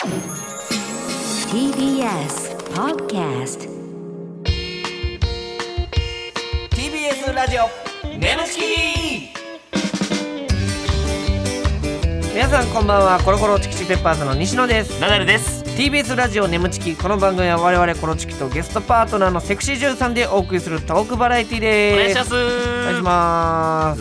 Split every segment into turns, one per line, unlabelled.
TBS Podcast
TBS ラジオネムチキ。皆さんこんばんは。コロコロチキチキペッパーズの西野です。
ナダルです。
TBS ラジオネムチキ。この番組は我々コロチキとゲストパートナーのセクシー女優さんでお送りするトークバラエティです。
お願いします。
お願いします。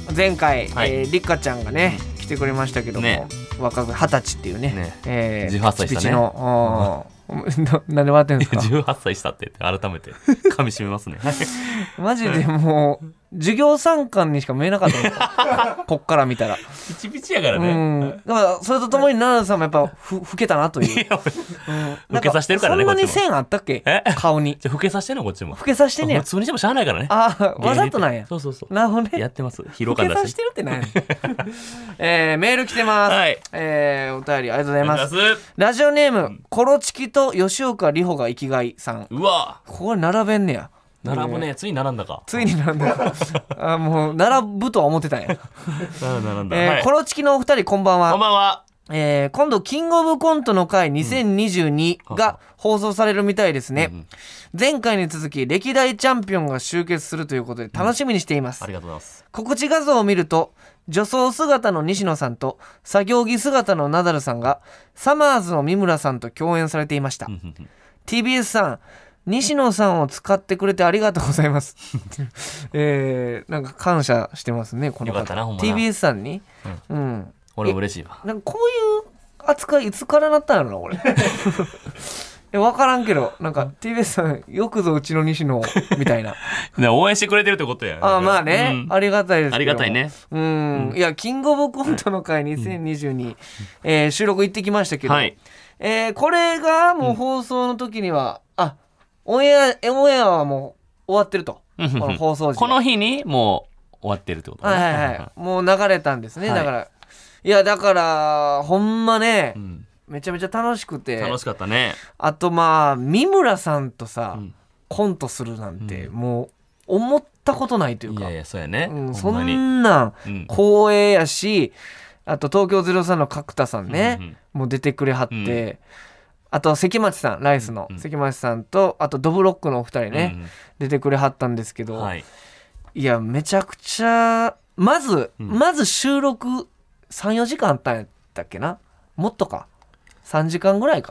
前回、
はい、
リカちゃんがね来てくれましたけども、
ね、
若く20歳っていうね、
18歳したね。
なんで笑ってんですか。
18歳したって改めて噛み締めますね。
マジでもう授業参観にしか見えなかったこっから見たら
ピチピチやからね。
だからそれとともに奈良さんもやっぱ老けたなという。
老けさせてるからね。
そんなに線あったっけ顔に。
じゃ老けさせてんのこっちも。
老けさせてんねや。
普通にしてもしゃあないからね。
あわざとなんや。
そうそうそう。
なるほどね。
やってます。疲労感出して。
老けさせてるってなんや。メール来てます。
はい。
お便りありがとうございます。ラジオネームコロチキと吉岡里帆が生きがいさん。
うわ。
これ並べんねや。
並ぶね。ついに並んだか。
ついに並んだか。もう並ぶとは思ってたんや。
並んだ。
コロチキのお二人こんばんは。
こんばんは。
今度キングオブコントの回2022が放送されるみたいですね。前回に続き歴代チャンピオンが集結するということで楽しみにしています。
ありがとうございます。
告知画像を見ると女装姿の西野さんと作業着姿のナダルさんがサマーズの三村さんと共演されていました。TBS さん、西野さんを使ってくれてありがとうございます。なんか感謝してますねこの方。
よかったなほんまな。
TBS さんに、
俺も嬉しいわ。
なんかこういう扱いいつからなったんやろな俺。分からんけどなんか TBS さんよくぞうちの西野みたいな
応援してくれてるってことや。
まあね、ありがたいですけど。
ありがたいね。
いやキングオブコントの回2022、収録行ってきましたけど、これがもう放送の時にはオンエアはもう終わってると。この放送時
この日にもう終わってるってことね。
もう流れたんですね。だからほんまね、めちゃめちゃ楽しくて。
楽しかったね。
あと三村さんとさ、コントするなんてもう思ったことないというか。
いやそうやね。
そんなん光栄やし、あと東京03の角田さんね、もう出てくれはって、あと関町さん、ライスの関町さんとあとドブロックのお二人ね、出てくれはったんですけど、いやめちゃくちゃまず収録 3,4 時間あったんやったっけな。もっとか3時間ぐらいか。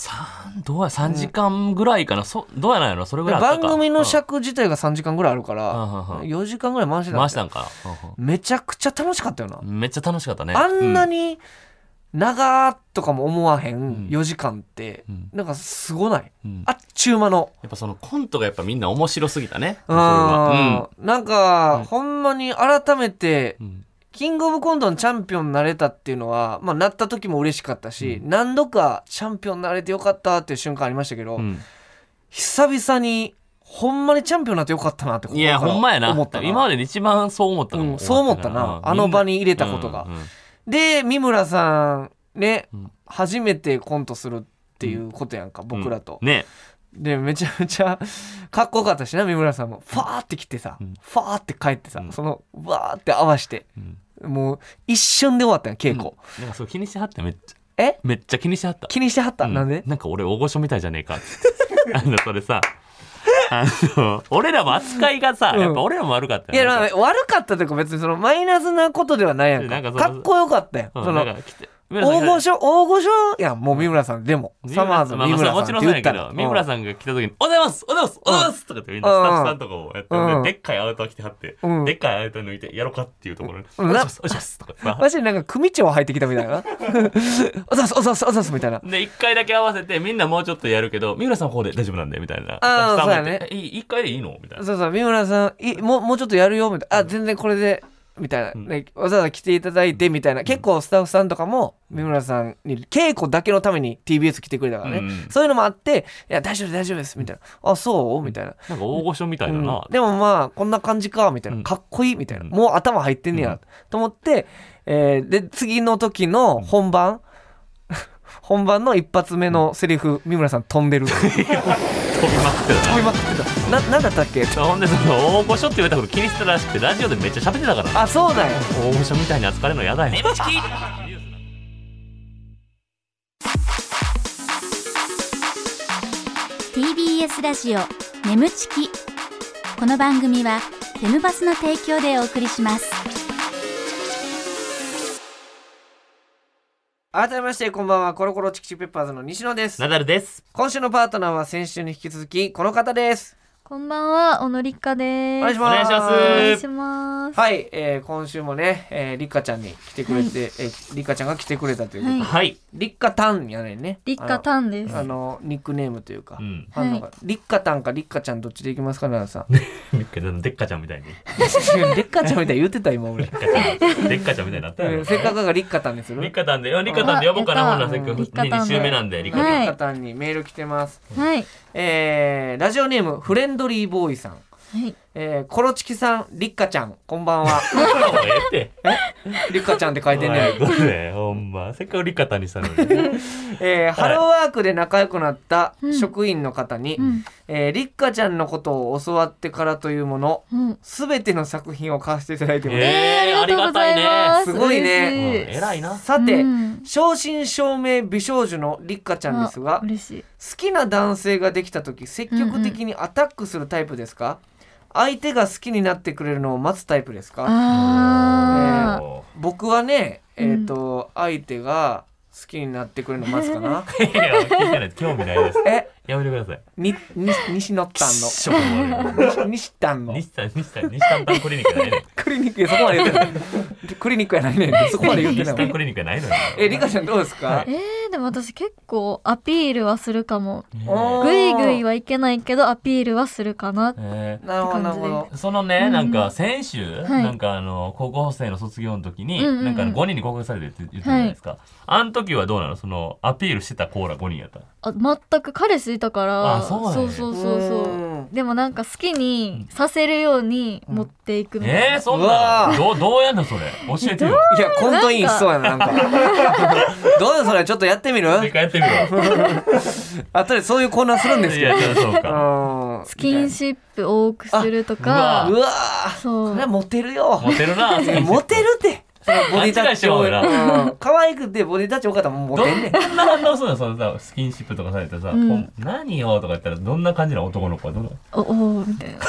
3時間ぐらいかな。どうやないの。それぐらいあったか。
番組の尺自体が3時間ぐらいあるから、4時間ぐらい回してたんか。めちゃくちゃ楽しかったよな。
めっちゃ楽しかったね。
あんなに長とかも思わへん4時間って、なんかすごない、あっちゅう間の。
やっぱそのコントがやっぱみんな面白すぎたね。
なんか、ほんまに改めて、キングオブコントのチャンピオンになれたっていうのは、なった時も嬉しかったし、何度かチャンピオンになれてよかったっていう瞬間ありましたけど、久々にほんまにチャンピオンになってよかったなって
いやほんまやな。今までで一番そう思ったかも。
そう思ったな、あの場に入れたことが。で三村さんね、初めてコントするっていうことやんか、僕らと。でめちゃめちゃかっこよかったしな。三村さんもファーって来てさ、ファーって帰ってさ、そのわーって合わして、もう一瞬で終わったんや稽古。
なんかそう気にしてはった。めっちゃ気にしてはった。
気にしてはった。なんで？
なんか俺大御所みたいじゃねえかってそれさ俺らも扱いがさ、やっぱ俺らも悪かったよ。
いや悪かったというか別にそのマイナスなことではないやんか。かっこよかったよ。その大御所やんもう三村さん。でもサマーズの三村さんって言ったら、
三村さんが来た時に「おはようございますおはようございます」とかってみんなスタッフさんとかをやって、でっかいアウトを着てはって、でっかいアウト抜いてやろうかっていうところに「おはようございますおはようございます」とかさ、
マジでなんか組長入ってきたみたいな「おはようございますおはようございます」みたいな。
で1回だけ合わせてみんなもうちょっとやるけど三村さんここで大丈夫なんでみたいな。
そうやね。
1回でいいのみたいな。
そう三村さんもうちょっとやるよみたいな。全然これでみたいな、わざわざ来ていただいてみたいな。結構スタッフさんとかも三村さんに稽古だけのために TBS 来てくれたからね、そういうのもあって、いや大丈夫ですみたいな。そうみたいな。
なんか大御所みたいだな、
でもこんな感じかみたいな、かっこいいみたいな、もう頭入ってんねや、と思って、で次の時の本番の一発目のセリフ、三村さん飛んでる飛びまくってた。なんだったっけ。
ほんでその大御所って言われたこと気にしてたらしくて、ラジオでめっちゃ喋ってたから。
そうだよ。
大御所みたいに扱われるのやだよ。
TBS ラジオ眠ちき。この番組はフェムバスの提供でお送りします。
改めましてこんばんは。コロコロチキチキペッパーズの西野です。
ナダルです。
今週のパートナーは先週に引き続きこの方です。
こんばんは、小野立花です。
お願いします。
お願いします。
お願いします。
はい、今週もね、立花ちゃんに来てくれて、立花ちゃんが来てくれたということで、
はい。
立花タンやねんね。
立花タンです。
ニックネームというか、
うん、
ファンの方、立花タンか立花ちゃんどっちでいきますか、奈良さん。
でっかちゃんみたいに。
でっかちゃんみたいに言ってた今俺。
でっかちゃんみたいになったよ。
せっかくが立花タンですよ。
立花タンで呼ぼうかな。ほんならせっかく2週目なんで立
花タンにメール来てます。
はい。
ラジオネームフレンドリーボーイさん。はい、コロチキさん、立花ちゃん、こんばんは。立花ちゃんって書いてんねん。
ほんま、せっかく立花タンにしたのに。
ハローワークで仲良くなった職員の方に、立花ちゃんのことを教わってからというもの、すべての作品を買わせていただいてます。
ありがとうございます。
すごいね。
偉いな。
さて、正真正銘美少女の立花ちゃんですが、好きな男性ができた時、積極的にアタックするタイプですか？相手が好きになってくれるのを待つタイプですか？僕はね、相手が好きになってくれるの待つかな。
興味ないです。やめてください。
西野タンの西タンの
西タンクリニックじゃないね。
クリニックそこまで言ってない。クリニックやないね。そこまで言ってない。
西タンクリニックやないのよ。
リカちゃんどうですか？
でも私結構アピールはするかも。グイグイはいけないけどアピールはするかなって感じで。
そのね、なんか先週、なんか高校生の卒業の時に、なんか5人に告白されてって言ったじゃないですか。あの時はどうなの？そのアピールしてたコーラ5人やった。
全く彼氏いたから。そうでもなんか好きにさせるように持っていくみたいな。
そんなどうやんのそれ教えてよ。
いやコントインしそうやな。なんかどうよそれちょっとやってみる？
一回やってみる。
あとでそういうコーナーするんですけど。
そうか。
スキンシップ多くするとか。
うわそれはモテるよ。
モテるな。
モテるってボディタッチ
多い
な。可愛くてボディタッチ多かったらもうモテんねん。
どんな反応するの？そのさスキンシップとかされてさ、何よとか言ったらどんな感じな男の子はどうなの？
おみたいな。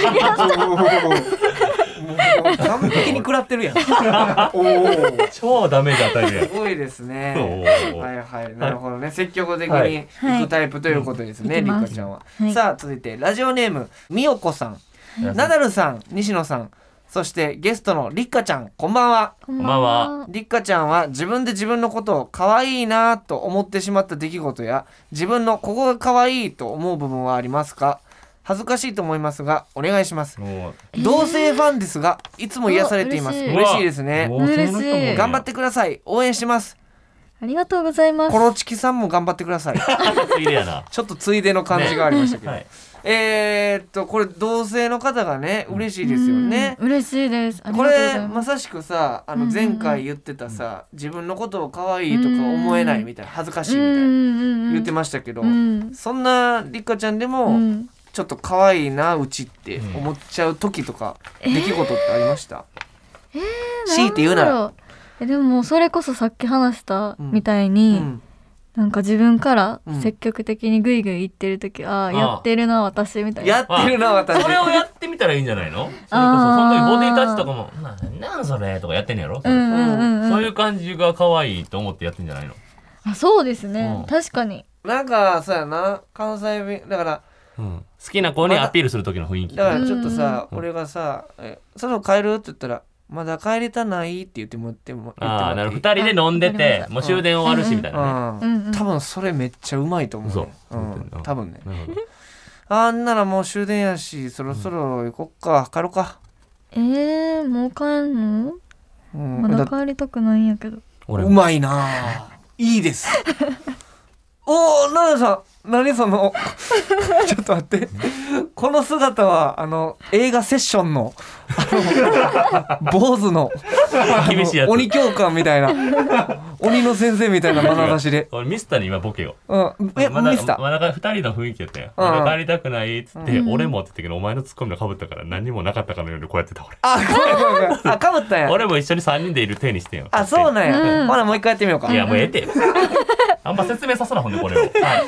完璧に食らってるやん。
超ダメージ与えるやん。
すごいですね。はいなるほどね。積極的に行くタイプということですね、立花ちゃんは。さあ続いてラジオネームみよこさん、ナダルさん、西野さん、そしてゲストの立花ちゃん、こんばんは。
こんばんは。
立花ちゃんは自分で自分のことを可愛いなと思ってしまった出来事や、自分のここが可愛いと思う部分はありますか？恥ずかしいと思いますがお願いします。同性ファンですがいつも癒されています。嬉しいですね。頑張ってください。応援してます。
ありがとうございます。
コロチキさんも頑張ってください。ちょっとついでの感じがありましたけど、これ同性の方がね嬉しいですよね。
嬉しいです。
これまさしくさ前回言ってたさ、自分のことを可愛いとか思えないみたいな、恥ずかしいみたいな言ってましたけど、そんな立花ちゃんでもちょっと可愛いなうちって思っちゃう時とか出来事ってありました？強いて言うなら。
でもそれこそさっき話したみたいに、なんか自分から積極的にグイグイ言ってる時、やってるな私みたいな。
やってるな私。
それをやってみたらいいんじゃないの？それこそその時ボディタッチとかもなんそれとかやってんねやろ？そういう感じが可愛いと思ってやってんじゃないの？
そうですね。確かに。
なんかそうやな、関西弁だから。
好きな子にアピールする時の雰囲気
だからちょっとさ、俺がさそろそろ帰るって言ったらまだ帰りたないって言ってもらっても
なるほど。2人で飲んでてもう終電終わるしみたいなね。
多分それめっちゃうまいと思う。多分ね。あんならもう終電やしそろそろ行こっか、帰ろうか。
もう帰んの？まだ帰りたくないんやけど。
うまいないいです。おー、ナダさん何そのちょっと待って、この姿は映画セッションの坊主の
厳しいやつ
鬼教官みたいな鬼の先生みたいな眼差しで
俺ミスターに今ボケよ。
ミスター
まだ2人の雰囲気やったよ。まだ帰りたくないっつって、俺もって言ったけどお前のツッコミのかぶったから何もなかったかのようにこうやってた俺。
かぶったんや。
俺も一緒に3人でいる体にしてんよ。
そうなんや。ほなもう一回やってみようか。
いやもうええてあんま説明させなほんでこれを。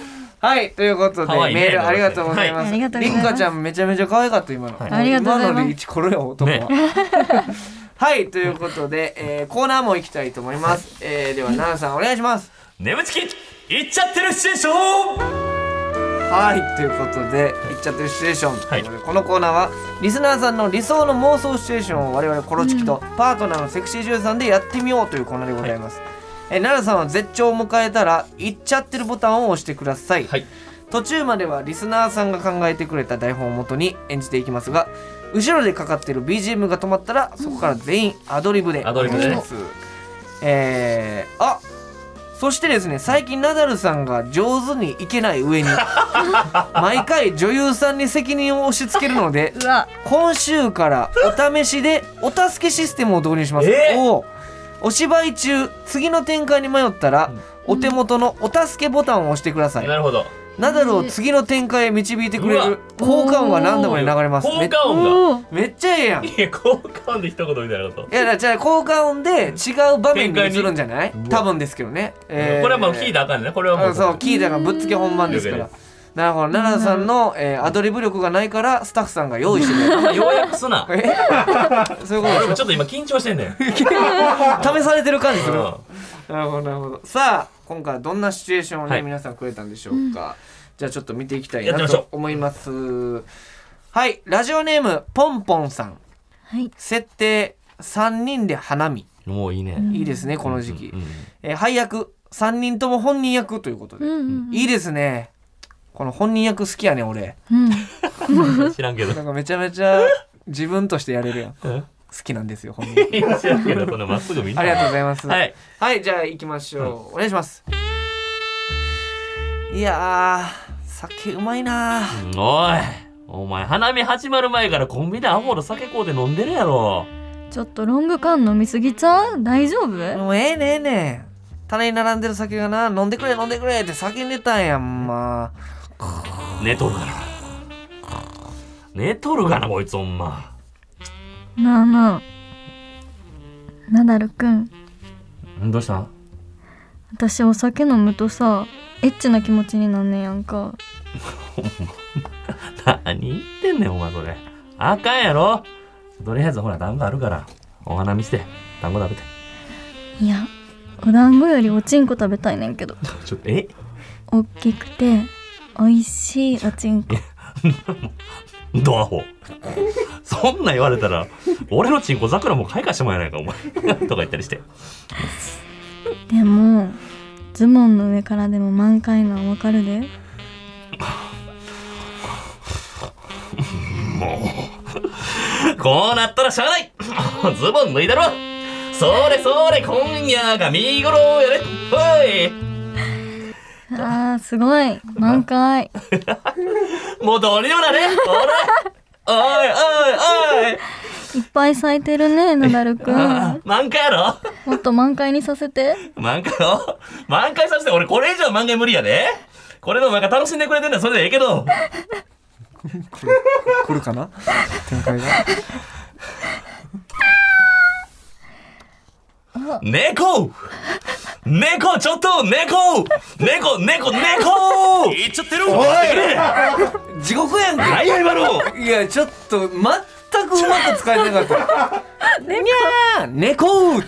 はいということで
可愛いね
メールありがとうございます、
はいありがとうございます
りんかちゃんめちゃめちゃ可愛かった今の、
ありがとうございます
今ので一これよ男は、
ね
はいということで、コーナーも行きたいと思います、では奈々さんお願いします。
眠ちきいっちゃってるシチュエーション。
はいということで「いっちゃってるシチュエーション」ということで、
はい
このコーナーはリスナーさんの理想の妄想シチュエーションを我々コロチキとパートナーのセクシージュンさんでやってみようというコーナーでございます、奈良さんは絶頂を迎えたら「いっちゃってる」ボタンを押してください、
はい
途中まではリスナーさんが考えてくれた台本をもとに演じていきますが、後ろでかかっている BGM が止まったらそこから全員アドリブでお願いします、そしてですね、最近ナダルさんが上手にいけない上に毎回女優さんに責任を押し付けるので
うわ
今週からお試しでお助けシステムを導入します、お芝居中次の展開に迷ったら、お手元のお助けボタンを押してください。
なるほど。
ナダルを次の展開へ導いてくれる効果音が何度も流れます。
効果音が
めっちゃええやん。い
いや効果音で一言みたいなこと。
やだじゃあ効果音で違う場面に移るんじゃない？多分ですけどね、
これはもう聞いたらあかんね。これはもう
そう聞いたらぶっつけ本番ですからなるほど。奈良さんの、アドリブ力がないからスタッフさんが用意してくれる
ようやくすな。
そういうことでしょ。
俺もちょっと今緊張してんねん。
試されてる感じする。
うん
なるほどなるほど。さあ今回はどんなシチュエーションをね、
はい
皆さんくれたんでしょうか、じゃあちょっと見ていきたいな
やってみましょう
と思います。はいラジオネームポンポンさん。
はい
設定3人で花見、
もういいね。
いいですねこの時期、
うん
配役3人とも本人役ということで、いいですね。この本人役好きやね俺。
知らんけど。
なんかめちゃめちゃ自分としてやれるやん。好きなんですよ本人役。
知らんけど、そんなまっすぐみんな。
ありがとうございます。
はい。
はい、じゃあ行きましょう。お願いします。いやー、酒うまいなー。
おい、お前花見始まる前からコンビニでアホの酒買うて飲んでるやろ。
ちょっとロング缶飲みすぎちゃう？大丈夫？
もうええねええね。棚に並んでる酒がな、飲んでくれ飲んでくれって叫んでたんやん、まあ。
寝とるかな。寝とるかなこいつほんま。
なあなあナダルくん、
どうしたん？
私お酒飲むとさエッチな気持ちになんねんやんか。
何言ってんねんお前それ。あかんやろ。とりあえずほら団子あるからお花見して団子食べて。
いやお団子よりおちんこ食べたいねんけど。
ちょっと
おっきくておいしいおちんこ。
ドアホ。そんなん言われたら俺のチンコ桜も開花してもらえないかお前とか言ったりして。
でもズボンの上からでも満開なんわかるで。
もうこうなったらしゃあない。ズボン脱いだろ。それそれ今夜が見頃やで。ほい。
あーすごい満開。
もうどうにもなれ。おいおいおい。
いっぱい咲いてるねナダルくん。
満開やろ。
もっと満開にさせて。
満開よ。満開させて俺これ以上満開無理やで。これでもなんか楽しんでくれてんだそれでええけど。
来るかな展開が。
猫猫ちょっと猫言っちゃってる。
おい地獄やんけ。
何や今の。
いやちょっと全くうまく使えなかった。にゃー猫。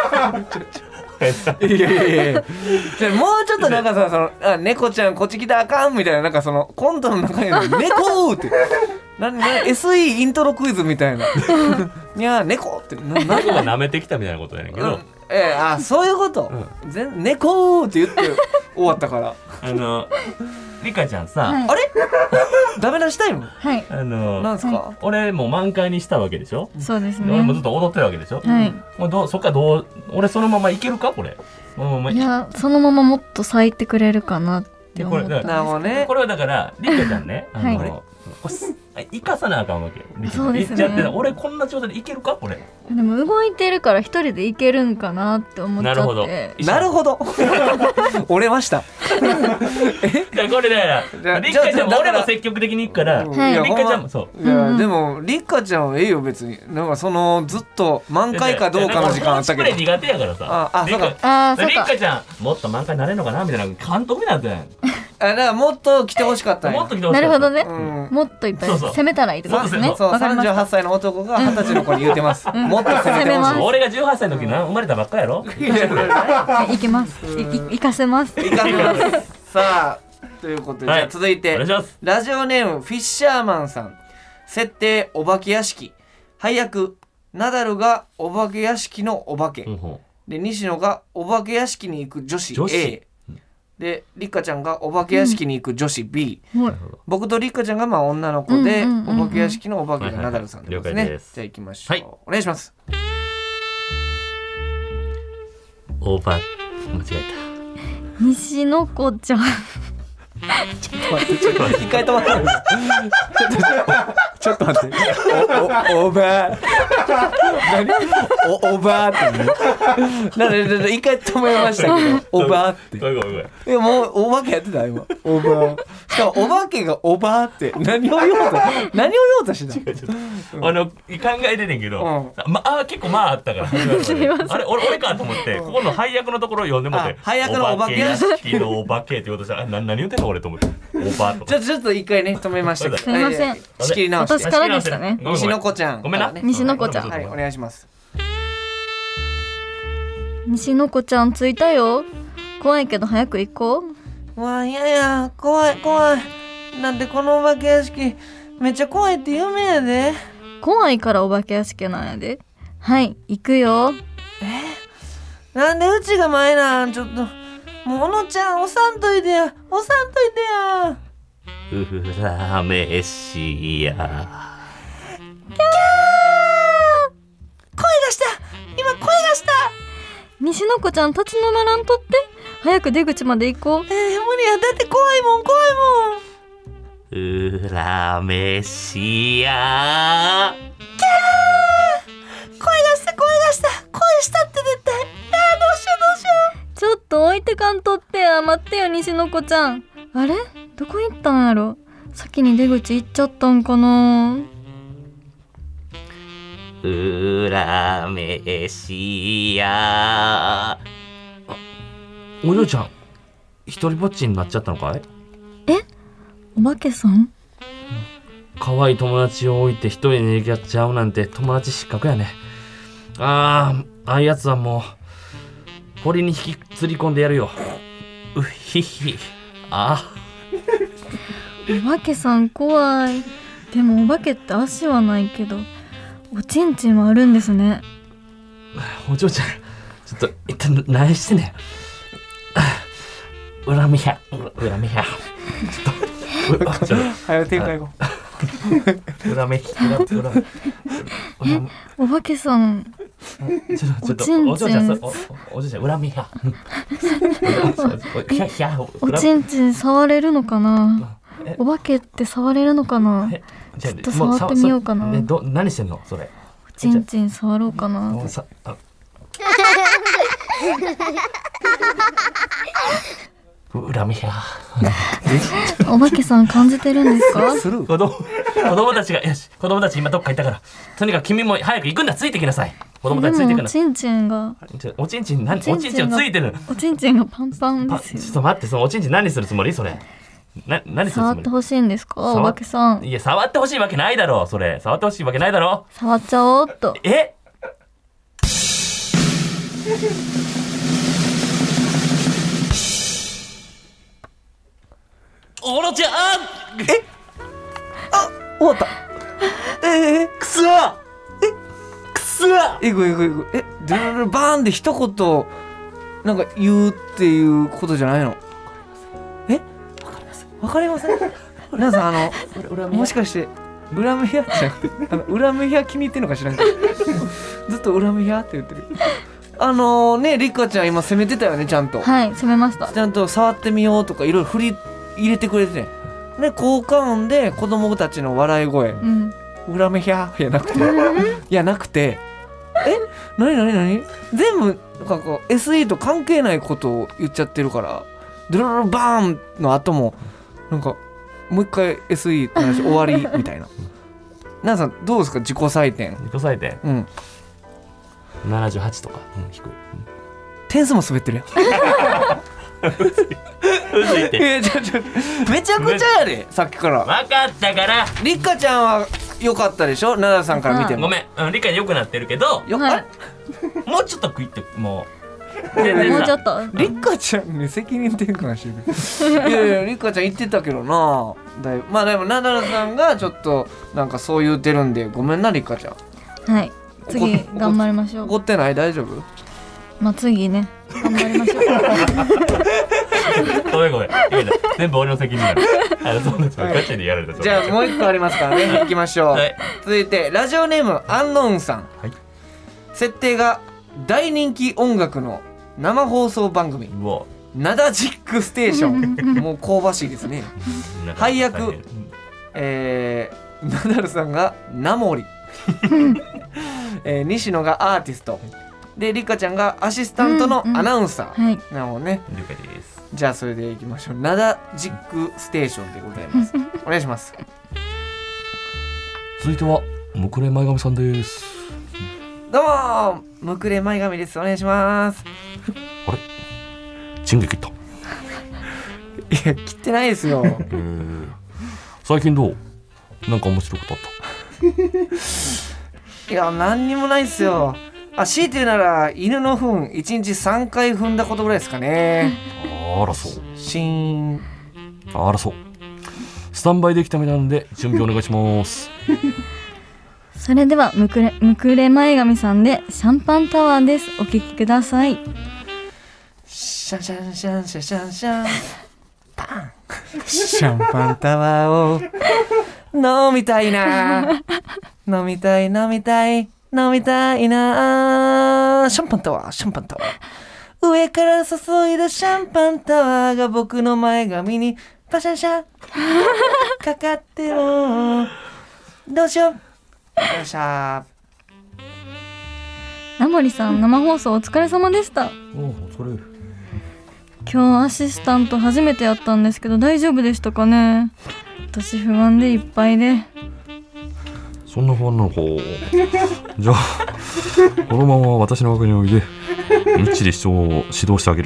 いやいやいやじゃもうちょっとなんかさその猫ちゃんこっち来たらあかんみたいななんかそのコントの中に猫ってSE イントロクイズみたいなにゃー猫って
猫が舐めてきたみたいなことやねんけど、
そういうこと、猫って言って終わったから
リカちゃんさ、
はい
あれダメ出したいの
はい
なんすか、
俺もう満開にしたわけでしょ。
そうです
俺もず
ね。
っと踊ってるわけでしょ。
はい
もうそっから俺そのままいけるかこれ。
いやそのままもっと咲いてくれるかなって思ったんですけど。
なるほどね。
これはだからリカちゃんね
はい
生かさなあかんわけよ。
そうですね
じゃあ俺こんな状態でいけるかこれ。
でも動いてるから一人でいけるんかなって思っちゃって。
なるほど
なるほど折れました
これだからリカちゃんも俺も積極的に行くから
はい
リカちゃんもそう
いやでもリカちゃんはええよ別になんかそのずっと満開かどうかの時間あったけど
俺苦手やからさ
そうか
あーそうか
リカちゃんもっと満開になれんのかなみたいな監督になってない
だからもっと来てほしかったんや。
もっと来てほしかった。
なるほどね、
うん
もっといっぱい
そうそう
攻めたらいいってことですね。
そう
わかりました。
38歳の男が20歳の子に言うてます、もっと攻めてほしい。
俺が18歳の時な生まれたばっかやろ。
いけます。いかせます。
いかせますさあということで、
はい
じゃあ続いて
お願いします。
ラジオネームフィッシャーマンさん。設定お化け屋敷。配役ナダルがお化け屋敷のお化け、で西野がお化け屋敷に行く女子 A でリカちゃんがお化け屋敷に行く女子 B、僕とリカちゃんがまあ女の子で、お化け屋敷のお化けがナダルさんですね、
了解です。
じゃあ行きましょう、
はい、
お願いします。
オーバー間違え
西野子ちゃん
ちょっと待って一回止まってちょっと待っておばーおばーってなんで一回止めましたけどおばーって
た。ごめんごめんごめん。
いやもうお化けやってた今おばーしかもお化けがおばーって何を言おうとしてた
考えてねんけど、結構あったからあれ俺かと思ってここの配役のところを読んでもって、
配役のお化け
屋敷のお化けって言おうとしたら何言ってんの俺と思ってオーバーとか
ちょっと一回ね止めましたけど
すいません
仕切り直して
私からでしたね。
西野子ちゃん
ごめんな、
西野子ちゃん
はいお願いします。
西野子ちゃん着いたよ。怖いけど早く行こう。
わあいや怖いなんでこのお化け屋敷めっちゃ怖いって有名やで。
怖いからお化け屋敷なんやで。はい行くよ。
なんでうちが前なんちょっともう小野ちゃん押さんといてや
うらめしや。
声がした
西野子ちゃん立ち止まらんとって。早く出口まで行こう。
無理やだって怖いもん
うらめしや。
声したって絶対。どうしよう
ちょっと置いてかんとって。待ってよ西野子ちゃん。あれどこ行ったんやろ。先に出口行っちゃったんかな。
うらめしや。お嬢ちゃん一人ぼっちになっちゃったのかい。
お化けさん。
可愛い友達を置いて一人で逃げちゃうなんて友達失格やね。ああいうやつはもう堀に引きずり込んでやるよ。うひひ。
お化けさん怖い。でもお化けって足はないけどおちんちんはあるんですね。
お嬢ちゃんちょっと一旦何してね。恨みやちょっと
早く展開後
恨み
お化けさん
ちょっと
おちんちん
お嬢ちゃん恨みや
おちんちん触れるのかな。お化けって触れるのかな。ちょっと触ってみようかな。
何してんのそれ。
おちんちん触ろうかな。
恨みや。
お化けさん感じてるんですか。
子供たちがよし子供たち今どっか行ったからとにかく君も早く行くんだ。ついてきなさい。子供たちついてくな。
おちんちんが
おちんちん何。おちんちんついてる。
おちんちんがパンパンですよ。
ちょっと待って、そのおちんちん何するつもりそれ。何するつもり。
触ってほしいんですかお化けさん。
いや触ってほしいわけないだろそれ。触ってほしいわけないだろ。
触っちゃおうっと。
オロちゃん。
終わった。
くそ
えぐドゥルルバーンで一言なんか言うっていうことじゃないの。わかりません皆さんもしかして恨みやじゃなくて恨みや気に入ってんのか知らんけどずっと恨みやって言ってる。ねリカちゃん今攻めてたよね。ちゃんと
はい攻めました。
ちゃんと触ってみようとかいろいろ振り入れてくれてね。で効果音で子供たちの笑い声、恨みややなくてなくて何全部なんかこう SE と関係ないことを言っちゃってるからドゥルルバーンの後もなんかもう一回 SE の話終わりみたいな。皆さんどうですか自己採点。
78とか、低い。
点数も滑ってるやん
薄いって。
いやちょめちゃくちゃやでさっきから
分かったから。
りっかちゃんは良かったでしょ、奈々さんから見ても。
ごめん、理解良くなってるけど、
はい
よあれ
もうちょっと食いってもう。
もうちょっと
りっかちゃんに責任転換してるいやいやりっかちゃん言ってたけどな、だいぶまあでも奈々さんがちょっとなんかそう言うてるんでごめんなりっかちゃん。
はい次頑張りましょう。
怒ってない？大丈夫？
まあ次ね頑張りましょう。
ごめんごめん。全部俺の責任なの。そうです。ガチでやられた。
じゃあもう一個ありますからね行きましょう、
はい、
続いてラジオネームアンノーンさん、
はい、
設定が大人気音楽の生放送番組
うわ
ナダジックステーションもう香ばしいですね。配役ナダルさんがナモリ西野がアーティストでリカちゃんがアシスタントのアナウンサー、
はい
なるほどね。
了解です。
じゃあそれでいきましょう。ナダジックステーションでございますお願いします。
続いてはむくれ前髪さんです。
どうもむくれ前髪です。お願いします。
あれチンゲ切った。
いや切ってないですよ
最近どうなんか面白いことあった
いや何にもないっすよ。あ、強いて言うなら犬の糞1日3回踏んだことぐらいですかね。
あらそう
シーン。
あらそう。スタンバイできたみたいなので準備お願いします
それではむくれ前髪さんでシャンパンタワーです。お聞きください。
シャンシャンシャンシャンシャンシャンパンシャンパンタワーを飲みたいな飲みたい飲みたい飲みたいな。シャンパンタワーシャンパンタワー、上から注いだシャンパンタワーが僕の前髪にパシャンシャンかかってもどうしよう。よっしゃ
ナモリさん生放送お疲れ様でした。
お疲れ。
今日アシスタント初めてやったんですけど大丈夫でしたかね。私不安でいっぱいで。
そんな不安なのか。じゃあこのまま私の枠においでみっちり指導してあげる。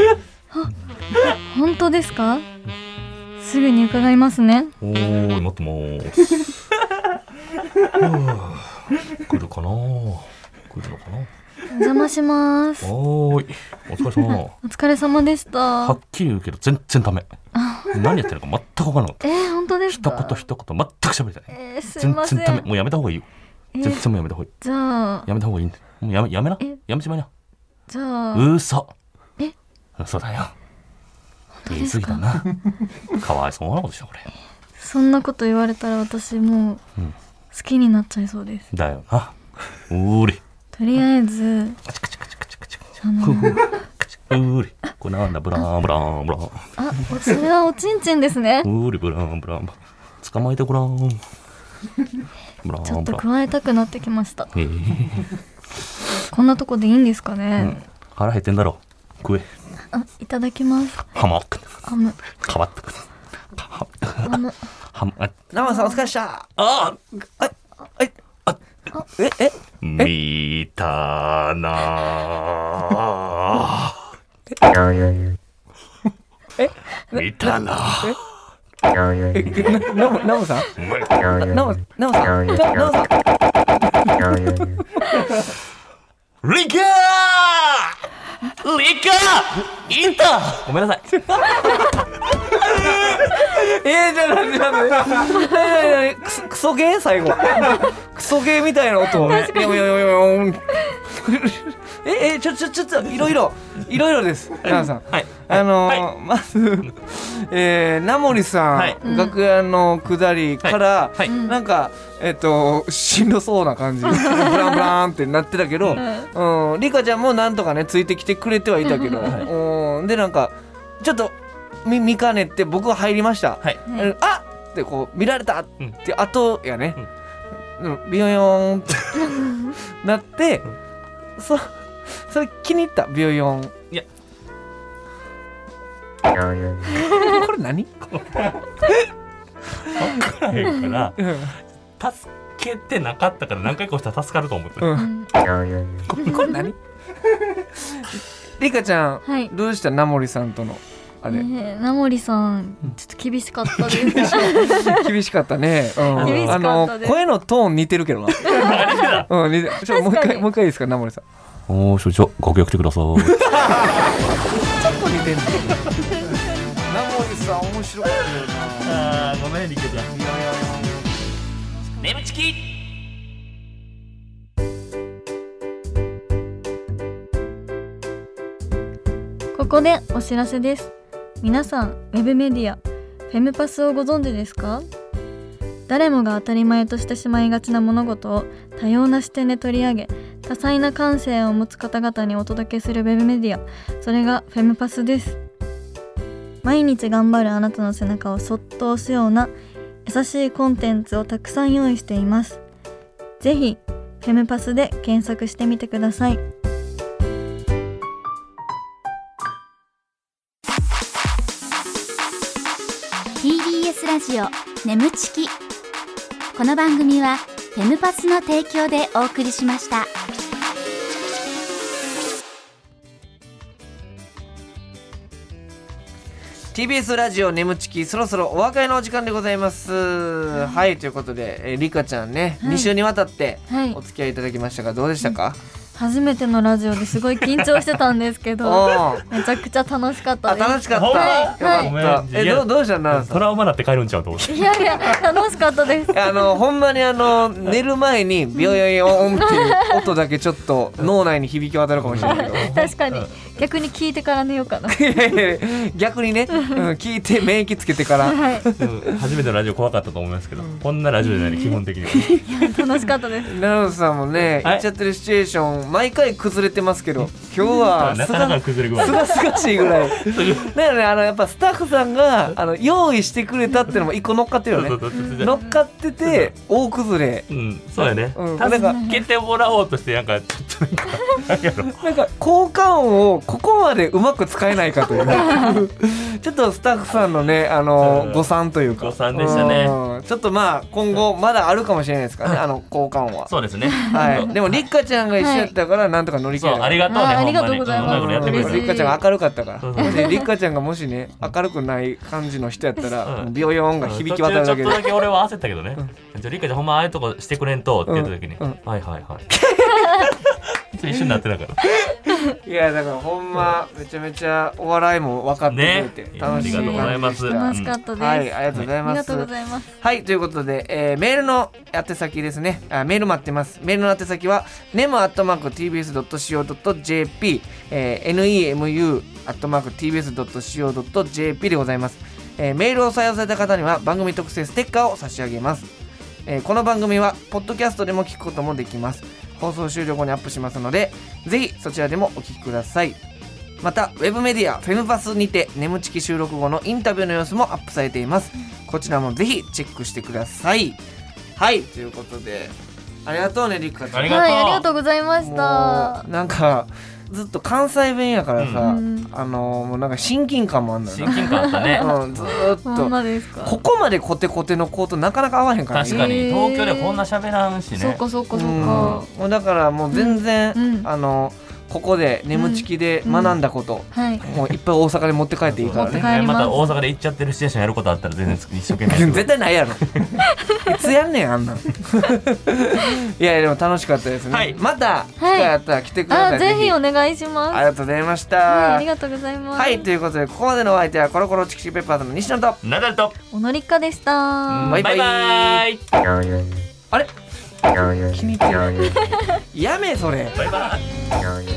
本当ですか？すぐに伺いますね。
おーい待ってます。来るかな。来るのかな。
お邪魔します。
おーいお疲れ様。
お疲れ様でした。
はっきり言うけど全然ダメ。何やってるか全く分からなかった。
本当ですか？
一言全く喋れてない。
すいません。
全然ダメ。もうやめた方がいいよ。全然もうやめた方がいい。
じゃあ
やめた方がいいんだ。もうやめな。やめちまいな。
じゃあ
嘘。嘘だよ。言い過ぎだな。かわいそうなことしたこれ。
そんなこと言われたら私もう好きになっちゃいそうです。
だよな。うり。
とりあえず
うり。これなんだブランブランブラン。
それはおちんちんですね。
うりブランブラン。捕まえてごらん。ブランブラン。
ちょっと加えたくなってきました。こんなとこでいいんですかね。
腹減ってんだろ。食え。
いただきます。
ハマク。
ハム。
変わってくる。
ハム。
生さんお疲れっした
見たな見たな
ナモさん
リカいた。ごめんなさい。
じゃあなんでクソゲー最後クソゲーみたいな音をちょっといろいろです皆さん。まずナモリさん楽屋の下りからなんかしんどそうな感じブランブランってなってたけどリカちゃんもなんとかねついてきてくれてはいたけどでなんかちょっと見かねって僕は入りました。あっってこう見られたって後やねビヨヨーンってなってそれ気に入ったビヨヨン。いやこれ何？
分からへんから助けてなかったから何回かしたら助かると思って、
これ何？ リカちゃん、
はい、
どうしたナモリさんとのあれ、
ナモリさんちょっと厳しかったです
厳しかったね、うん、
厳しかったです。
声のトーン似てるけどなうん、似てちょもう一回いいですかナモリさん。
おー所長楽屋来てください
ちょっと似てんのナモリさん面白かったよな。
あーごめんリカちゃん。
いやいやいや
眠ちき。
ここでお知らせです。皆さんウェブメディアフェムパスをご存知ですか？誰もが当たり前としてしまいがちな物事を多様な視点で取り上げ、多彩な感性を持つ方々にお届けするウェブメディア、それがフェムパスです。毎日頑張るあなたの背中をそっと押すような優しいコンテンツをたくさん用意しています。ぜひフェムパスで検索してみてください。
TBS ラジオ眠ちき。この番組はフェムパスの提供でお送りしました。
TBS ラジオ眠ちき、そろそろお別れのお時間でございます。はい、ということで、リカちゃんね、2週にわたってお付き合いいただきましたが、どうでしたか？
初めてのラジオですごい緊張してたんですけどめちゃくちゃ楽しかったです。
楽しかった、
はい
よかった。どうしたの？
トラウマなって帰るんちゃうと思って。
いやいや楽しかったです。
ほんまに寝る前にビヨヨヨンっていう音だけちょっと脳内に響き渡るかもしれないけど
確かに逆に聞いてから寝ようかな
逆にね、聞いて免疫つけてから、
はい、
初めてのラジオ怖かったと思いますけど、こんなラジオじゃない基本的に
は楽しかったです。
ナウさんもね、言っちゃってるシチュエーション毎回崩れてますけど、今日は
なかなか崩れ具合
すがすがしいぐらいだからね、やっぱスタッフさんが用意してくれたっていうのも一個乗っかってるよね。乗っかってて大崩れ、
そうやね、助けてもらおうとしてなんかちょっと
なんか効果音をここまでうまく使えないかというちょっとスタッフさんのね誤算というか、
誤算でしたね。
ちょっとまあ今後まだあるかもしれないですからね、効果音は。
そうですね、
はい、でもリッカちゃんが一緒やったからなんとか乗り切れた。
ありがとうね、
ありがとうございます。
リッカちゃんが明るかったから、もしリッカちゃんがもしね明るくない感じの人やったら、ビヨヨンが響き渡るだけで。
ちょっとだけ俺は焦ったけどね、じゃあリッカちゃんほんまああいうとこしてくれんとって言った時に、はいはいはい一緒になってたから
いやだからほんまめちゃめちゃお笑いも分かってくれて楽しい感じでした。
楽しかったです。
はい、ありがとうございます。
ありがとうございます。
はい、ということで、メールの宛先ですね。メール待ってます。メールの宛先は nemu@tbs.co.jp、nemu@tbs.co.jp でございます。メールを採用された方には番組特製ステッカーを差し上げます。この番組はポッドキャストでも聞くこともできます。放送終了後にアップしますので、ぜひそちらでもお聞きください。またウェブメディアフェムパスにて眠ちき収録後のインタビューの様子もアップされています。こちらもぜひチェックしてください。はい、ということでありがとうねリッカちゃん。
はい、ありがとうございました。
なんかずっと関西弁やからさ、もうなんか親近感もあんのよな。
親近感あったね、
ずーっと
ほんまですか。
ここまでコテコテの子となかなか合わへんからね。
確かに東京でこんな喋らんしね。
そうかそうかそうか。
もうだからもう全然、ここで眠ちきで学んだこと、もういっぱい大阪で持って帰っていいからね。
また大阪で行っちゃってるシチュエーションやることあったら全然一生懸命
絶対ないやろいつやんねんあんなんいやでも楽しかったですね、また機会あったら来てください。
ぜひお願いします。
ありがとうございました、
ありがとうございます。
はい、ということでここまでのお相手はコロコロチキチキペッパーズの西野と
ナダルと
小野立花でした。
バイバイ。あれ気に入ってるやめそれ。
バイバイ。